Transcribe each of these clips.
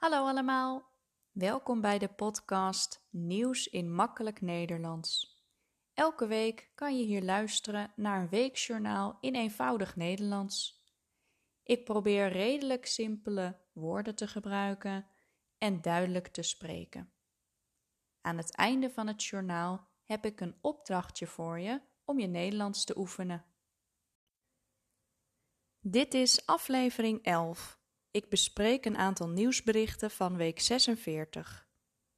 Hallo allemaal, welkom bij de podcast Nieuws in Makkelijk Nederlands. Elke week kan je hier luisteren naar een weekjournaal in eenvoudig Nederlands. Ik probeer redelijk simpele woorden te gebruiken en duidelijk te spreken. Aan het einde van het journaal heb ik een opdrachtje voor je om je Nederlands te oefenen. Dit is aflevering 11. Ik bespreek een aantal nieuwsberichten van week 46.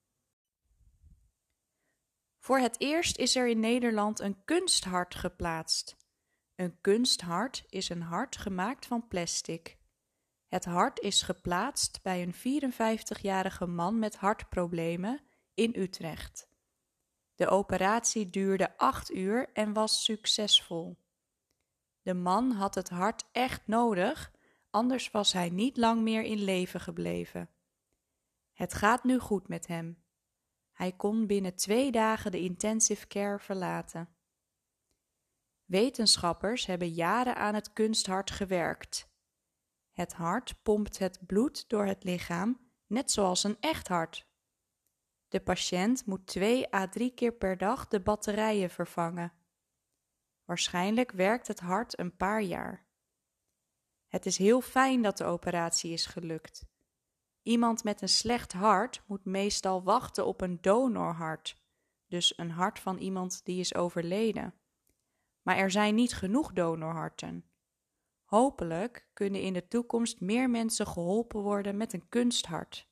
Voor het eerst is er in Nederland een kunsthart geplaatst. Een kunsthart is een hart gemaakt van plastic. Het hart is geplaatst bij een 54-jarige man met hartproblemen in Utrecht. De operatie duurde 8 uur en was succesvol. De man had het hart echt nodig, anders was hij niet lang meer in leven gebleven. Het gaat nu goed met hem. Hij kon binnen 2 dagen de intensive care verlaten. Wetenschappers hebben jaren aan het kunsthart gewerkt. Het hart pompt het bloed door het lichaam, net zoals een echt hart. De patiënt moet 2 à 3 keer per dag de batterijen vervangen. Waarschijnlijk werkt het hart een paar jaar. Het is heel fijn dat de operatie is gelukt. Iemand met een slecht hart moet meestal wachten op een donorhart, dus een hart van iemand die is overleden. Maar er zijn niet genoeg donorharten. Hopelijk kunnen in de toekomst meer mensen geholpen worden met een kunsthart.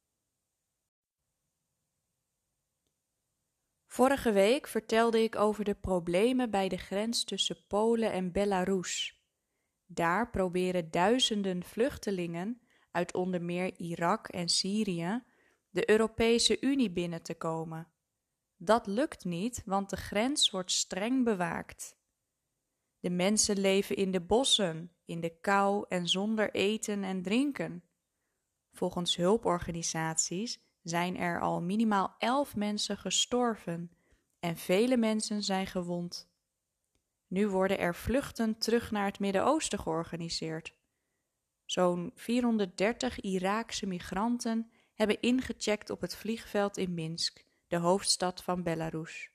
Vorige week vertelde ik over de problemen bij de grens tussen Polen en Belarus. Daar proberen duizenden vluchtelingen uit onder meer Irak en Syrië de Europese Unie binnen te komen. Dat lukt niet, want de grens wordt streng bewaakt. De mensen leven in de bossen, in de kou en zonder eten en drinken. Volgens hulporganisaties zijn er al minimaal 11 mensen gestorven en vele mensen zijn gewond. Nu worden er vluchten terug naar het Midden-Oosten georganiseerd. Zo'n 430 Iraakse migranten hebben ingecheckt op het vliegveld in Minsk, de hoofdstad van Belarus.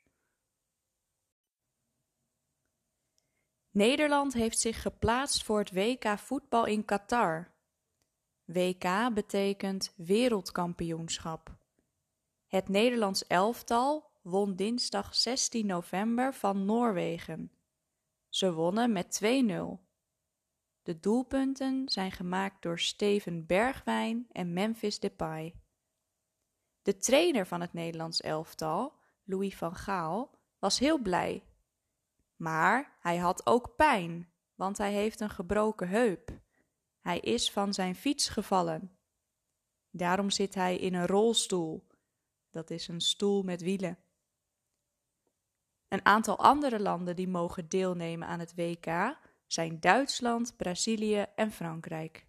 Nederland heeft zich geplaatst voor het WK voetbal in Qatar. WK betekent wereldkampioenschap. Het Nederlands elftal won dinsdag 16 november van Noorwegen. Ze wonnen met 2-0. De doelpunten zijn gemaakt door Steven Bergwijn en Memphis Depay. De trainer van het Nederlands elftal, Louis van Gaal, was heel blij. Maar hij had ook pijn, want hij heeft een gebroken heup. Hij is van zijn fiets gevallen. Daarom zit hij in een rolstoel. Dat is een stoel met wielen. Een aantal andere landen die mogen deelnemen aan het WK zijn Duitsland, Brazilië en Frankrijk.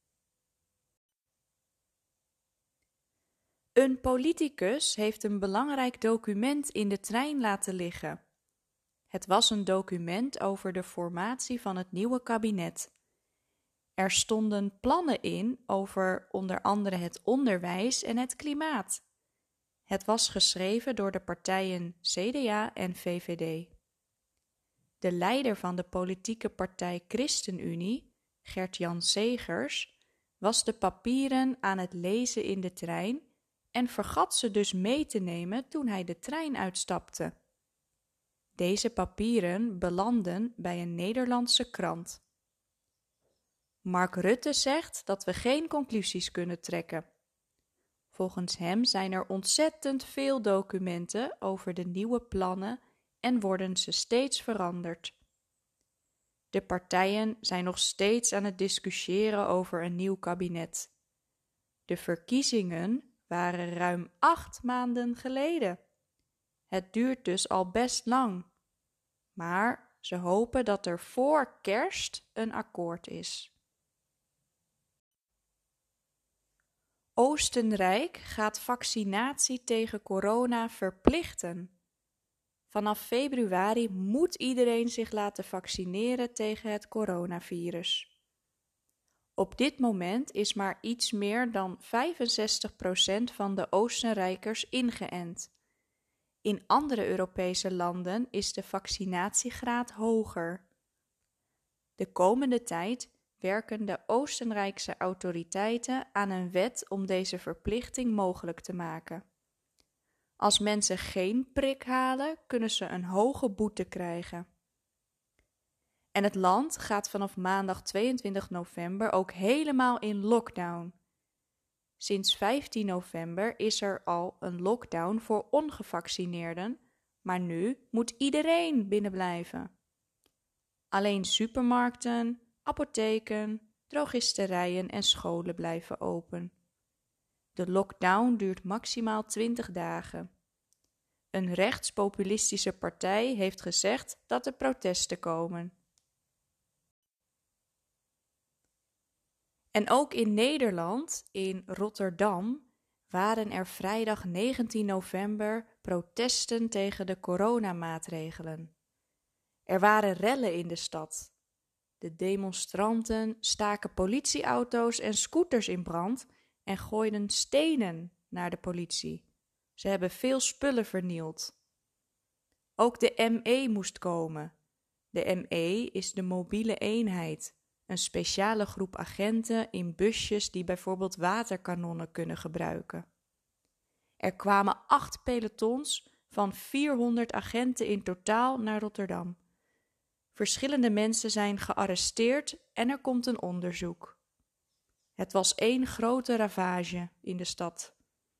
Een politicus heeft een belangrijk document in de trein laten liggen. Het was een document over de formatie van het nieuwe kabinet. Er stonden plannen in over onder andere het onderwijs en het klimaat. Het was geschreven door de partijen CDA en VVD. De leider van de politieke partij ChristenUnie, Gert-Jan Segers, was de papieren aan het lezen in de trein en vergat ze dus mee te nemen toen hij de trein uitstapte. Deze papieren belanden bij een Nederlandse krant. Mark Rutte zegt dat we geen conclusies kunnen trekken. Volgens hem zijn er ontzettend veel documenten over de nieuwe plannen en worden ze steeds veranderd. De partijen zijn nog steeds aan het discussiëren over een nieuw kabinet. De verkiezingen waren ruim 8 maanden geleden. Het duurt dus al best lang. Maar ze hopen dat er voor kerst een akkoord is. Oostenrijk gaat vaccinatie tegen corona verplichten. Vanaf februari moet iedereen zich laten vaccineren tegen het coronavirus. Op dit moment is maar iets meer dan 65% van de Oostenrijkers ingeënt. In andere Europese landen is de vaccinatiegraad hoger. De komende tijd werken de Oostenrijkse autoriteiten aan een wet om deze verplichting mogelijk te maken. Als mensen geen prik halen, kunnen ze een hoge boete krijgen. En het land gaat vanaf maandag 22 november ook helemaal in lockdown. Sinds 15 november is er al een lockdown voor ongevaccineerden, maar nu moet iedereen binnen blijven. Alleen supermarkten, apotheken, drogisterijen en scholen blijven open. De lockdown duurt maximaal 20 dagen. Een rechtspopulistische partij heeft gezegd dat er protesten komen. En ook in Nederland, in Rotterdam, waren er vrijdag 19 november protesten tegen de coronamaatregelen. Er waren rellen in de stad. De demonstranten staken politieauto's en scooters in brand en gooiden stenen naar de politie. Ze hebben veel spullen vernield. Ook de ME moest komen. De ME is de mobiele eenheid, een speciale groep agenten in busjes die bijvoorbeeld waterkanonnen kunnen gebruiken. Er kwamen 8 pelotons van 400 agenten in totaal naar Rotterdam. Verschillende mensen zijn gearresteerd en er komt een onderzoek. Het was één grote ravage in de stad.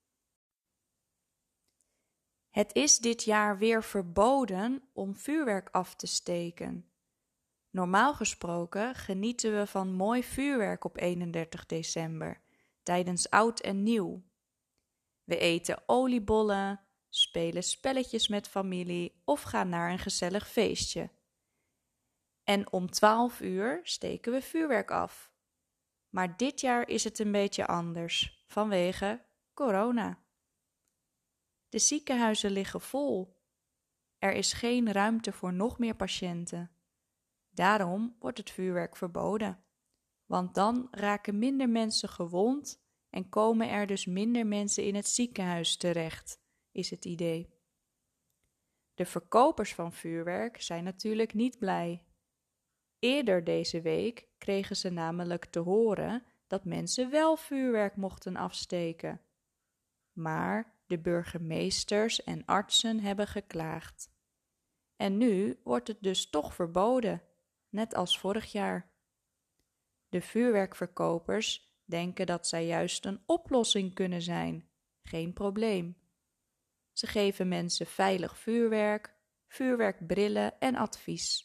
Het is dit jaar weer verboden om vuurwerk af te steken. Normaal gesproken genieten we van mooi vuurwerk op 31 december, tijdens oud en nieuw. We eten oliebollen, spelen spelletjes met familie of gaan naar een gezellig feestje. En om 12 uur steken we vuurwerk af. Maar dit jaar is het een beetje anders, vanwege corona. De ziekenhuizen liggen vol. Er is geen ruimte voor nog meer patiënten. Daarom wordt het vuurwerk verboden. Want dan raken minder mensen gewond en komen er dus minder mensen in het ziekenhuis terecht, is het idee. De verkopers van vuurwerk zijn natuurlijk niet blij. Eerder deze week kregen ze namelijk te horen dat mensen wel vuurwerk mochten afsteken. Maar de burgemeesters en artsen hebben geklaagd. En nu wordt het dus toch verboden, net als vorig jaar. De vuurwerkverkopers denken dat zij juist een oplossing kunnen zijn, geen probleem. Ze geven mensen veilig vuurwerk, vuurwerkbrillen en advies.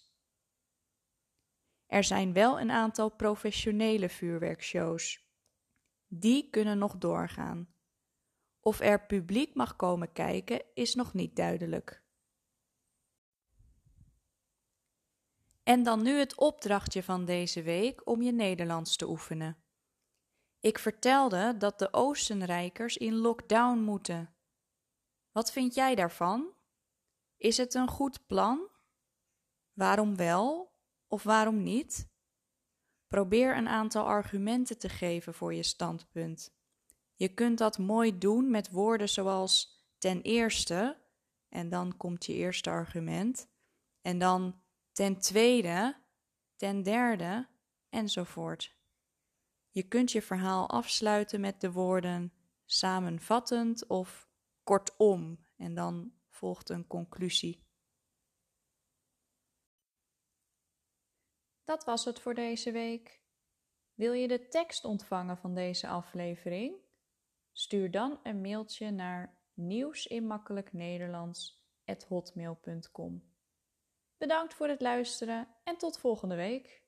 Er zijn wel een aantal professionele vuurwerkshows. Die kunnen nog doorgaan. Of er publiek mag komen kijken is nog niet duidelijk. En dan nu het opdrachtje van deze week om je Nederlands te oefenen. Ik vertelde dat de Oostenrijkers in lockdown moeten. Wat vind jij daarvan? Is het een goed plan? Waarom wel of waarom niet? Probeer een aantal argumenten te geven voor je standpunt. Je kunt dat mooi doen met woorden zoals ten eerste, en dan komt je eerste argument, en dan ten tweede, ten derde, enzovoort. Je kunt je verhaal afsluiten met de woorden samenvattend of kortom, en dan volgt een conclusie. Dat was het voor deze week. Wil je de tekst ontvangen van deze aflevering? Stuur dan een mailtje naar nieuwsinmakkelijknederlands@hotmail.com. Bedankt voor het luisteren en tot volgende week.